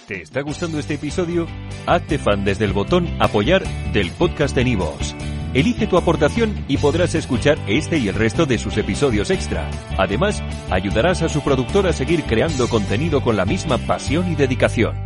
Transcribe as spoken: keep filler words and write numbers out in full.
¿Te está gustando este episodio? Hazte fan desde el botón Apoyar del podcast de Nivos. Elige tu aportación y podrás escuchar este y el resto de sus episodios extra. Además, ayudarás a su productor a seguir creando contenido con la misma pasión y dedicación.